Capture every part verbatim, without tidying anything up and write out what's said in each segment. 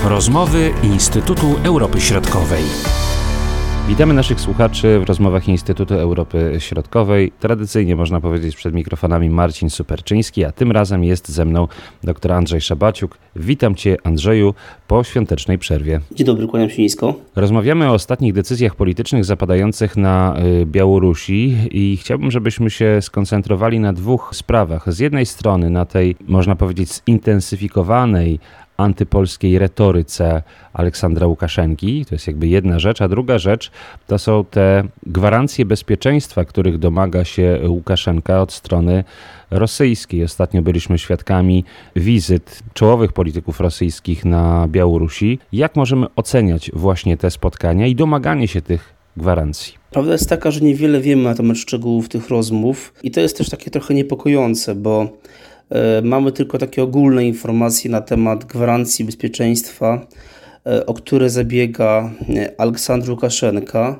Rozmowy Instytutu Europy Środkowej. Witamy naszych słuchaczy w rozmowach Instytutu Europy Środkowej. Tradycyjnie można powiedzieć przed mikrofonami Marcin Superczyński, a tym razem jest ze mną dr Andrzej Szabaciuk. Witam Cię, Andrzeju, po świątecznej przerwie. Dzień dobry, kłaniam się nisko. Rozmawiamy o ostatnich decyzjach politycznych zapadających na Białorusi i chciałbym, żebyśmy się skoncentrowali na dwóch sprawach. Z jednej strony na tej, można powiedzieć, zintensyfikowanej antypolskiej retoryce Aleksandra Łukaszenki, to jest jakby jedna rzecz, a druga rzecz to są te gwarancje bezpieczeństwa, których domaga się Łukaszenka od strony rosyjskiej. Ostatnio byliśmy świadkami wizyt czołowych polityków rosyjskich na Białorusi. Jak możemy oceniać właśnie te spotkania i domaganie się tych gwarancji? Prawda jest taka, że niewiele wiemy na temat szczegółów tych rozmów i to jest też takie trochę niepokojące, bo mamy tylko takie ogólne informacje na temat gwarancji bezpieczeństwa, o które zabiega Aleksandr Łukaszenka.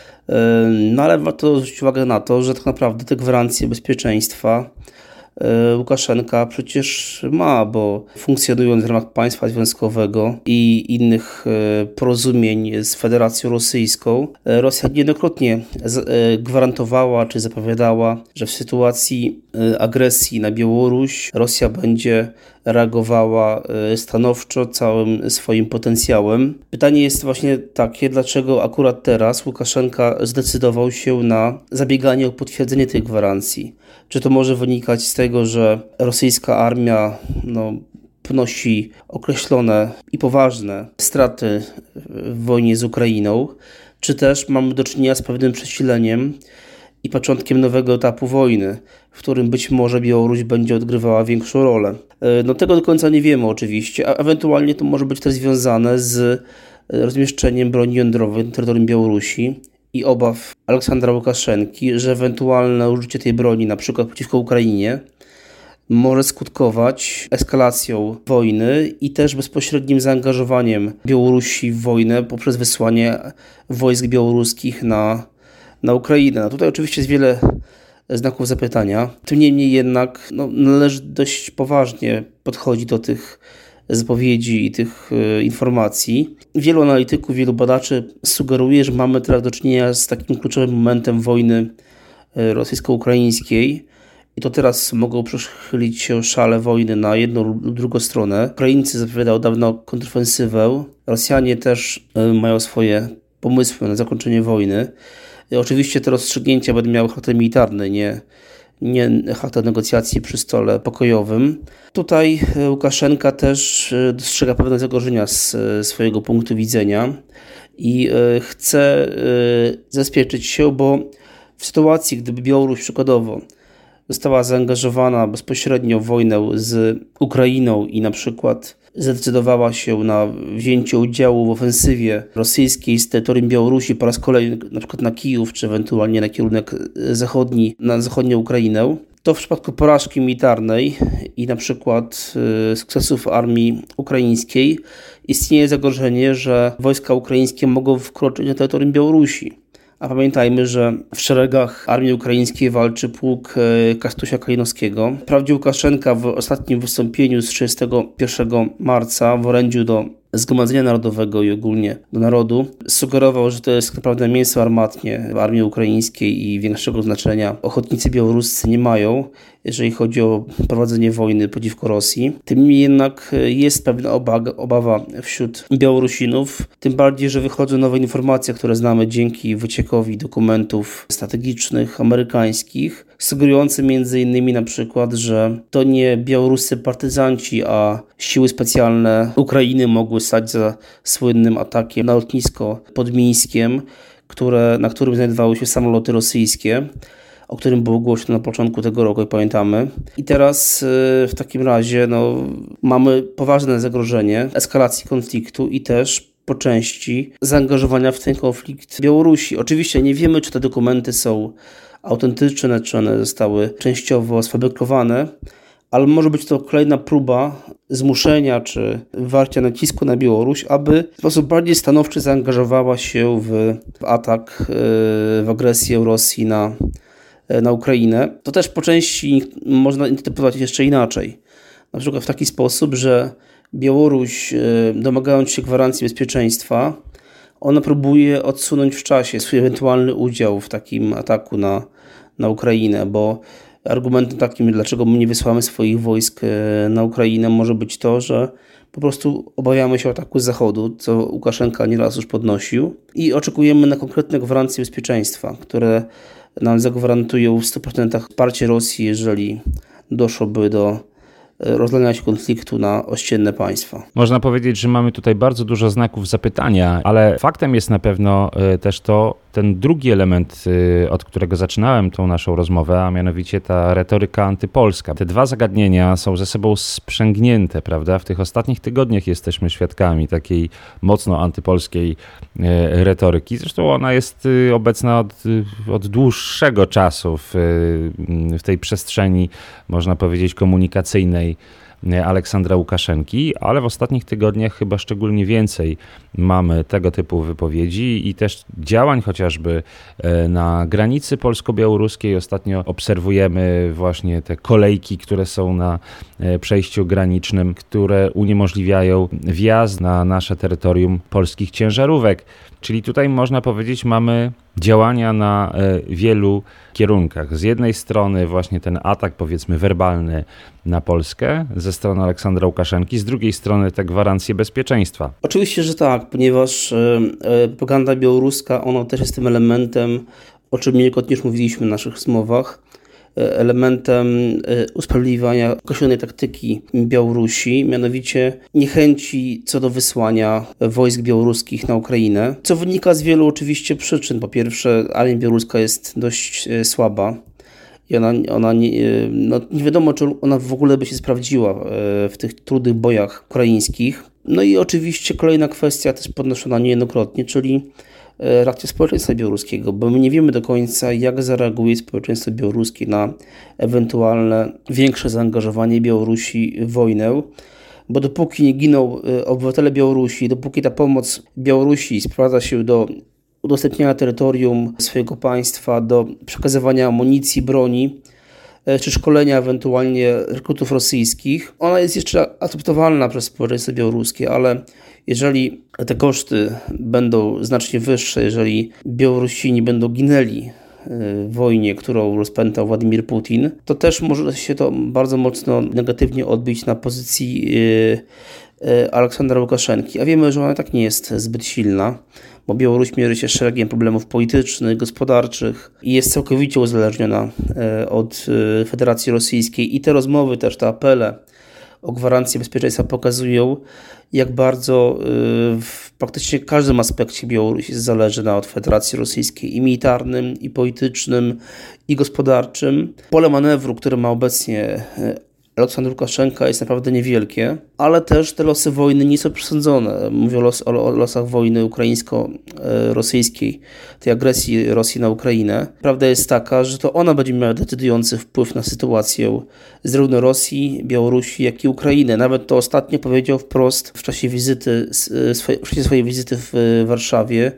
No ale warto zwrócić uwagę na to, że tak naprawdę te gwarancje bezpieczeństwa Łukaszenka przecież ma, bo funkcjonując w ramach państwa związkowego i innych porozumień z Federacją Rosyjską, Rosja niejednokrotnie gwarantowała czy zapowiadała, że w sytuacji agresji na Białoruś Rosja będzie reagowała stanowczo całym swoim potencjałem. Pytanie jest właśnie takie, dlaczego akurat teraz Łukaszenka zdecydował się na zabieganie o potwierdzenie tej gwarancji. Czy to może wynikać z tego, że rosyjska armia no, ponosi określone i poważne straty w wojnie z Ukrainą, czy też mamy do czynienia z pewnym przesileniem i początkiem nowego etapu wojny, w którym być może Białoruś będzie odgrywała większą rolę. No tego do końca nie wiemy oczywiście, a ewentualnie to może być też związane z rozmieszczeniem broni jądrowej na terytorium Białorusi i obaw Aleksandra Łukaszenki, że ewentualne użycie tej broni na przykład przeciwko Ukrainie może skutkować eskalacją wojny i też bezpośrednim zaangażowaniem Białorusi w wojnę poprzez wysłanie wojsk białoruskich na, na Ukrainę. No tutaj oczywiście jest wiele znaków zapytania. Tym niemniej jednak no, należy dość poważnie podchodzić do tych zapowiedzi i tych y, informacji. Wielu analityków, wielu badaczy sugeruje, że mamy teraz do czynienia z takim kluczowym momentem wojny y, rosyjsko-ukraińskiej i to teraz mogą przechylić się szale wojny na jedną lub drugą stronę. Ukraińcy zapowiadają dawno kontrofensywę. Rosjanie też y, mają swoje pomysły na zakończenie wojny. Y, oczywiście te rozstrzygnięcia będą miały charakter militarny, nie nie charakter negocjacji przy stole pokojowym. Tutaj Łukaszenka też dostrzega pewne zagrożenia z swojego punktu widzenia i chce zabezpieczyć się, bo w sytuacji, gdyby Białoruś przykładowo została zaangażowana bezpośrednio w wojnę z Ukrainą i na przykład zdecydowała się na wzięcie udziału w ofensywie rosyjskiej z terytorium Białorusi po raz kolejny na przykład na Kijów, czy ewentualnie na kierunek zachodni, na zachodnią Ukrainę, to w przypadku porażki militarnej i na przykład y, sukcesów armii ukraińskiej istnieje zagrożenie, że wojska ukraińskie mogą wkroczyć na terytorium Białorusi. A pamiętajmy, że w szeregach armii ukraińskiej walczy pułk Kastusia Kalinowskiego. Wprawdzie Łukaszenka w ostatnim wystąpieniu z trzydziestego pierwszego marca w orędziu do Zgromadzenia Narodowego i ogólnie do narodu sugerował, że to jest naprawdę mięso armatnie w armii ukraińskiej i większego znaczenia ochotnicy białoruscy nie mają, jeżeli chodzi o prowadzenie wojny przeciwko Rosji. Tym niemniej jednak jest pewna obawa wśród Białorusinów, tym bardziej, że wychodzą nowe informacje, które znamy dzięki wyciekowi dokumentów strategicznych amerykańskich, sugerujące między innymi na przykład, że to nie białoruscy partyzanci, a siły specjalne Ukrainy mogły stać za słynnym atakiem na lotnisko pod Mińskiem, które, na którym znajdowały się samoloty rosyjskie, o którym było głośno na początku tego roku, jak pamiętamy. I teraz w takim razie no, mamy poważne zagrożenie eskalacji konfliktu i też po części zaangażowania w ten konflikt Białorusi. Oczywiście nie wiemy, czy te dokumenty są autentyczne, czy one zostały częściowo sfabrykowane, ale może być to kolejna próba zmuszenia czy wywarcia nacisku na Białoruś, aby w sposób bardziej stanowczy zaangażowała się w, w atak, w agresję Rosji na, na Ukrainę. To też po części można interpretować jeszcze inaczej. Na przykład w taki sposób, że Białoruś, domagając się gwarancji bezpieczeństwa, ona próbuje odsunąć w czasie swój ewentualny udział w takim ataku na, na Ukrainę, bo argumentem takim, dlaczego my nie wysyłamy swoich wojsk na Ukrainę, może być to, że po prostu obawiamy się ataku z zachodu, co Łukaszenka nieraz już podnosił i oczekujemy na konkretne gwarancje bezpieczeństwa, które nam zagwarantują w stu procentach wsparcie Rosji, jeżeli doszłoby do rozlania się konfliktu na ościenne państwa. Można powiedzieć, że mamy tutaj bardzo dużo znaków zapytania, ale faktem jest na pewno też to, ten drugi element, od którego zaczynałem tą naszą rozmowę, a mianowicie ta retoryka antypolska. Te dwa zagadnienia są ze sobą sprzęgnięte, prawda? W tych ostatnich tygodniach jesteśmy świadkami takiej mocno antypolskiej retoryki. Zresztą ona jest obecna od, od dłuższego czasu w, w tej przestrzeni, można powiedzieć, komunikacyjnej Aleksandra Łukaszenki, ale w ostatnich tygodniach chyba szczególnie więcej mamy tego typu wypowiedzi i też działań chociażby na granicy polsko-białoruskiej. Ostatnio obserwujemy właśnie te kolejki, które są na przejściu granicznym, które uniemożliwiają wjazd na nasze terytorium polskich ciężarówek. Czyli tutaj można powiedzieć, mamy działania na wielu kierunkach. Z jednej strony właśnie ten atak, powiedzmy, werbalny na Polskę ze strony Aleksandra Łukaszenki, z drugiej strony te gwarancje bezpieczeństwa. Oczywiście, że tak, ponieważ propaganda białoruska, ona też jest tym elementem, o czym niejednokrotnie już mówiliśmy w naszych rozmowach, elementem usprawiedliwiania określonej taktyki Białorusi, mianowicie niechęci co do wysłania wojsk białoruskich na Ukrainę, co wynika z wielu oczywiście przyczyn. Po pierwsze, armia białoruska jest dość słaba i ona, ona nie, no nie wiadomo, czy ona w ogóle by się sprawdziła w tych trudnych bojach ukraińskich. No i oczywiście kolejna kwestia też podnoszona niejednokrotnie, czyli reakcja społeczeństwa białoruskiego, bo my nie wiemy do końca, jak zareaguje społeczeństwo białoruskie na ewentualne większe zaangażowanie Białorusi w wojnę, bo dopóki nie giną obywatele Białorusi, dopóki ta pomoc Białorusi sprowadza się do udostępniania terytorium swojego państwa, do przekazywania amunicji, broni, czy szkolenia ewentualnie rekrutów rosyjskich, ona jest jeszcze akceptowalna przez społeczeństwo białoruskie, ale jeżeli te koszty będą znacznie wyższe, jeżeli Białorusini będą ginęli w wojnie, którą rozpętał Władimir Putin, to też może się to bardzo mocno negatywnie odbić na pozycji Aleksandra Łukaszenki. A wiemy, że ona tak nie jest zbyt silna, bo Białoruś mierzy się szeregiem problemów politycznych, gospodarczych i jest całkowicie uzależniona od Federacji Rosyjskiej. I te rozmowy, też te apele o gwarancję bezpieczeństwa pokazują, jak bardzo w praktycznie każdym aspekcie Białorusi zależy od Federacji Rosyjskiej, i militarnym, i politycznym, i gospodarczym. Pole manewru, które ma obecnie Aleksandr Łukaszenka, jest naprawdę niewielkie, ale też te losy wojny nie są przesądzone. Mówię o, los, o losach wojny ukraińsko-rosyjskiej, tej agresji Rosji na Ukrainę. Prawda jest taka, że to ona będzie miała decydujący wpływ na sytuację zarówno Rosji, Białorusi, jak i Ukrainy. Nawet to ostatnio powiedział wprost w czasie wizyty, w czasie swojej wizyty w Warszawie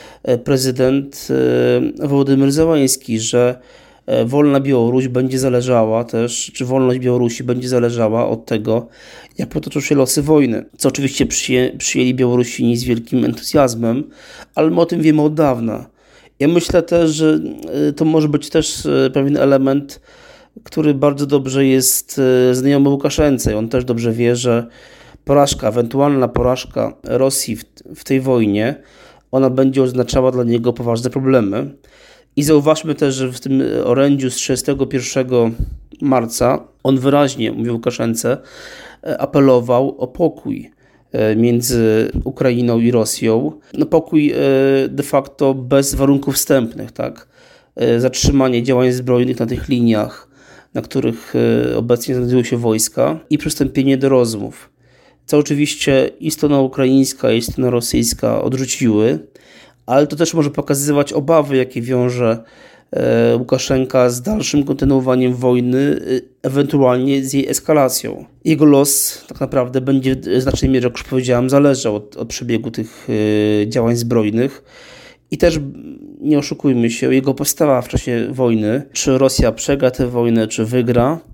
prezydent Wołodymyr Zełański, że wolna Białoruś będzie zależała też, czy wolność Białorusi będzie zależała od tego, jak potoczą się losy wojny. Co oczywiście przyję, przyjęli Białorusini z wielkim entuzjazmem, ale my o tym wiemy od dawna. Ja myślę też, że to może być też pewien element, który bardzo dobrze jest znajomy Łukaszence. On też dobrze wie, że porażka, ewentualna porażka Rosji w, w tej wojnie, ona będzie oznaczała dla niego poważne problemy. I zauważmy też, że w tym orędziu z trzydziestego pierwszego marca on wyraźnie, mówił Łukaszence, apelował o pokój między Ukrainą i Rosją. No pokój de facto bez warunków wstępnych, tak? Zatrzymanie działań zbrojnych na tych liniach, na których obecnie znajdują się wojska, i przystąpienie do rozmów. Co oczywiście i strona ukraińska, i strona rosyjska odrzuciły, ale to też może pokazywać obawy, jakie wiąże Łukaszenka z dalszym kontynuowaniem wojny, ewentualnie z jej eskalacją. Jego los tak naprawdę będzie w znacznej mierze, jak już powiedziałem, zależał od, od przebiegu tych działań zbrojnych. I też nie oszukujmy się, jego postawa w czasie wojny, czy Rosja przegra tę wojnę, czy wygra,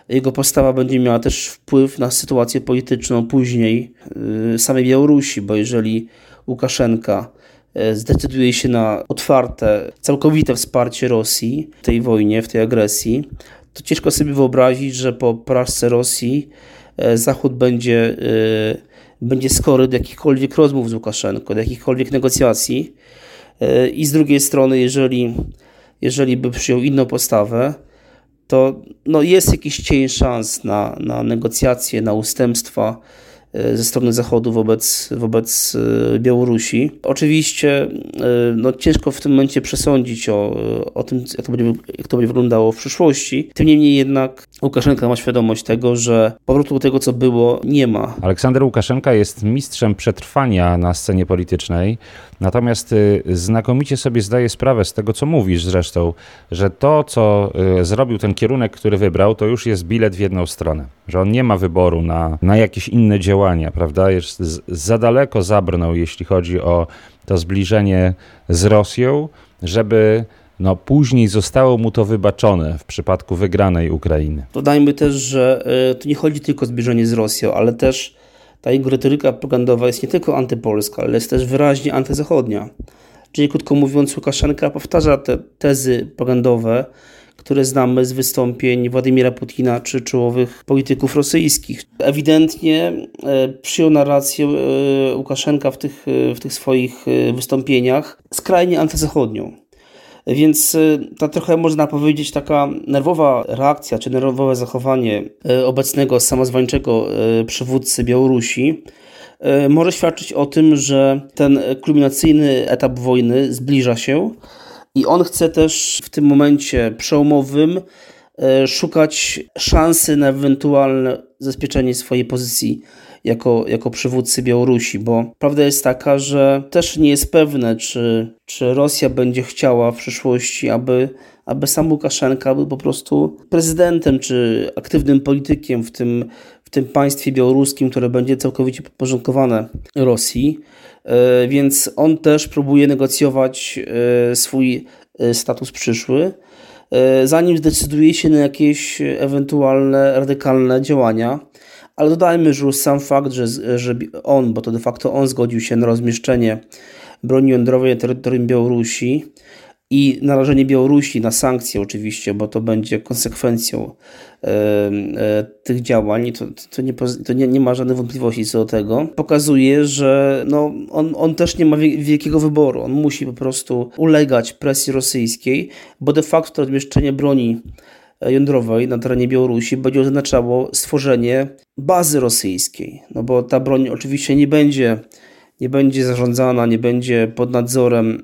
jego postawa będzie miała też wpływ na sytuację polityczną później samej Białorusi, bo jeżeli Łukaszenka zdecyduje się na otwarte, całkowite wsparcie Rosji w tej wojnie, w tej agresji, to ciężko sobie wyobrazić, że po porażce Rosji Zachód będzie, będzie skory do jakichkolwiek rozmów z Łukaszenką, do jakichkolwiek negocjacji. I z drugiej strony, jeżeli, jeżeli by przyjął inną postawę, to no jest jakiś cień szans na, na negocjacje, na ustępstwa ze strony Zachodu wobec, wobec Białorusi. Oczywiście no, ciężko w tym momencie przesądzić o, o tym, jak to, będzie, jak to będzie wyglądało w przyszłości. Tym niemniej jednak Łukaszenka ma świadomość tego, że powrotu do tego, co było, nie ma. Aleksander Łukaszenka jest mistrzem przetrwania na scenie politycznej, natomiast znakomicie sobie zdaje sprawę z tego, co mówisz zresztą, że to, co zrobił, ten kierunek, który wybrał, to już jest bilet w jedną stronę. Że on nie ma wyboru na, na jakieś inne działania, prawda? Jest za daleko zabrnął, jeśli chodzi o to zbliżenie z Rosją, żeby no, później zostało mu to wybaczone w przypadku wygranej Ukrainy. Dodajmy też, że y, to nie chodzi tylko o zbliżenie z Rosją, ale też ta jego retoryka propagandowa jest nie tylko antypolska, ale jest też wyraźnie antyzachodnia. Czyli krótko mówiąc, Łukaszenka powtarza te tezy propagandowe, które znamy z wystąpień Władimira Putina czy czołowych polityków rosyjskich. Ewidentnie e, przyjął narrację e, Łukaszenka w tych, e, w tych swoich e, wystąpieniach skrajnie antyzachodnią. Więc e, ta trochę można powiedzieć taka nerwowa reakcja czy nerwowe zachowanie e, obecnego samozwańczego e, przywódcy Białorusi e, może świadczyć o tym, że ten kulminacyjny etap wojny zbliża się. I on chce też w tym momencie przełomowym szukać szansy na ewentualne zabezpieczenie swojej pozycji jako, jako przywódcy Białorusi, bo prawda jest taka, że też nie jest pewne, czy, czy Rosja będzie chciała w przyszłości, aby, aby sam Łukaszenka był po prostu prezydentem czy aktywnym politykiem w tym, w tym państwie białoruskim, które będzie całkowicie podporządkowane Rosji. Więc on też próbuje negocjować swój status przyszły, zanim zdecyduje się na jakieś ewentualne radykalne działania. Ale dodajmy, że już sam fakt, że, że on, bo to de facto on zgodził się na rozmieszczenie broni jądrowej na terytorium Białorusi i narażenie Białorusi na sankcje oczywiście, bo to będzie konsekwencją e, e, tych działań, to, to, nie, to nie, nie ma żadnych wątpliwości co do tego, pokazuje, że no, on, on też nie ma wielkiego wyboru. On musi po prostu ulegać presji rosyjskiej, bo de facto to rozmieszczenie broni jądrowej na terenie Białorusi będzie oznaczało stworzenie bazy rosyjskiej, no bo ta broń oczywiście nie będzie, nie będzie zarządzana, nie będzie pod nadzorem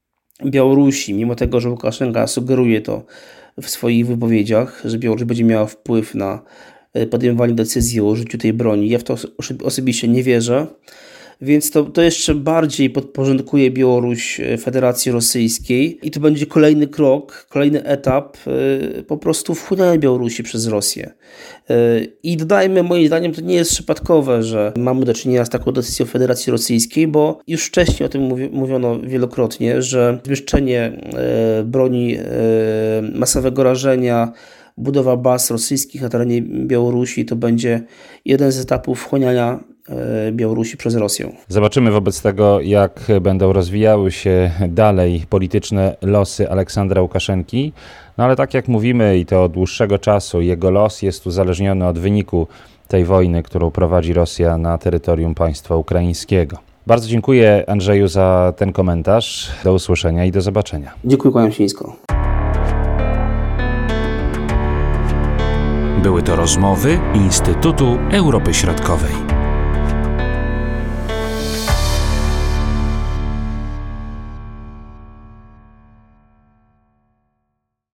Białorusi, mimo tego, że Łukaszenka sugeruje to w swoich wypowiedziach, że Białoruś będzie miała wpływ na podejmowanie decyzji o użyciu tej broni. Ja w to osobiście nie wierzę, więc to, to jeszcze bardziej podporządkuje Białoruś Federacji Rosyjskiej i to będzie kolejny krok, kolejny etap yy, po prostu wchłaniania Białorusi przez Rosję. Yy, I dodajmy, moim zdaniem to nie jest przypadkowe, że mamy do czynienia z taką decyzją Federacji Rosyjskiej, bo już wcześniej o tym mówi, mówiono wielokrotnie, że zamieszczenie yy, broni yy, masowego rażenia, budowa baz rosyjskich na terenie Białorusi to będzie jeden z etapów wchłaniania Białorusi przez Rosję. Zobaczymy wobec tego, jak będą rozwijały się dalej polityczne losy Aleksandra Łukaszenki. No ale tak jak mówimy i to od dłuższego czasu, jego los jest uzależniony od wyniku tej wojny, którą prowadzi Rosja na terytorium państwa ukraińskiego. Bardzo dziękuję, Andrzeju, za ten komentarz. Do usłyszenia i do zobaczenia. Dziękuję, kłaniam się nisko. Były to rozmowy Instytutu Europy Środkowej.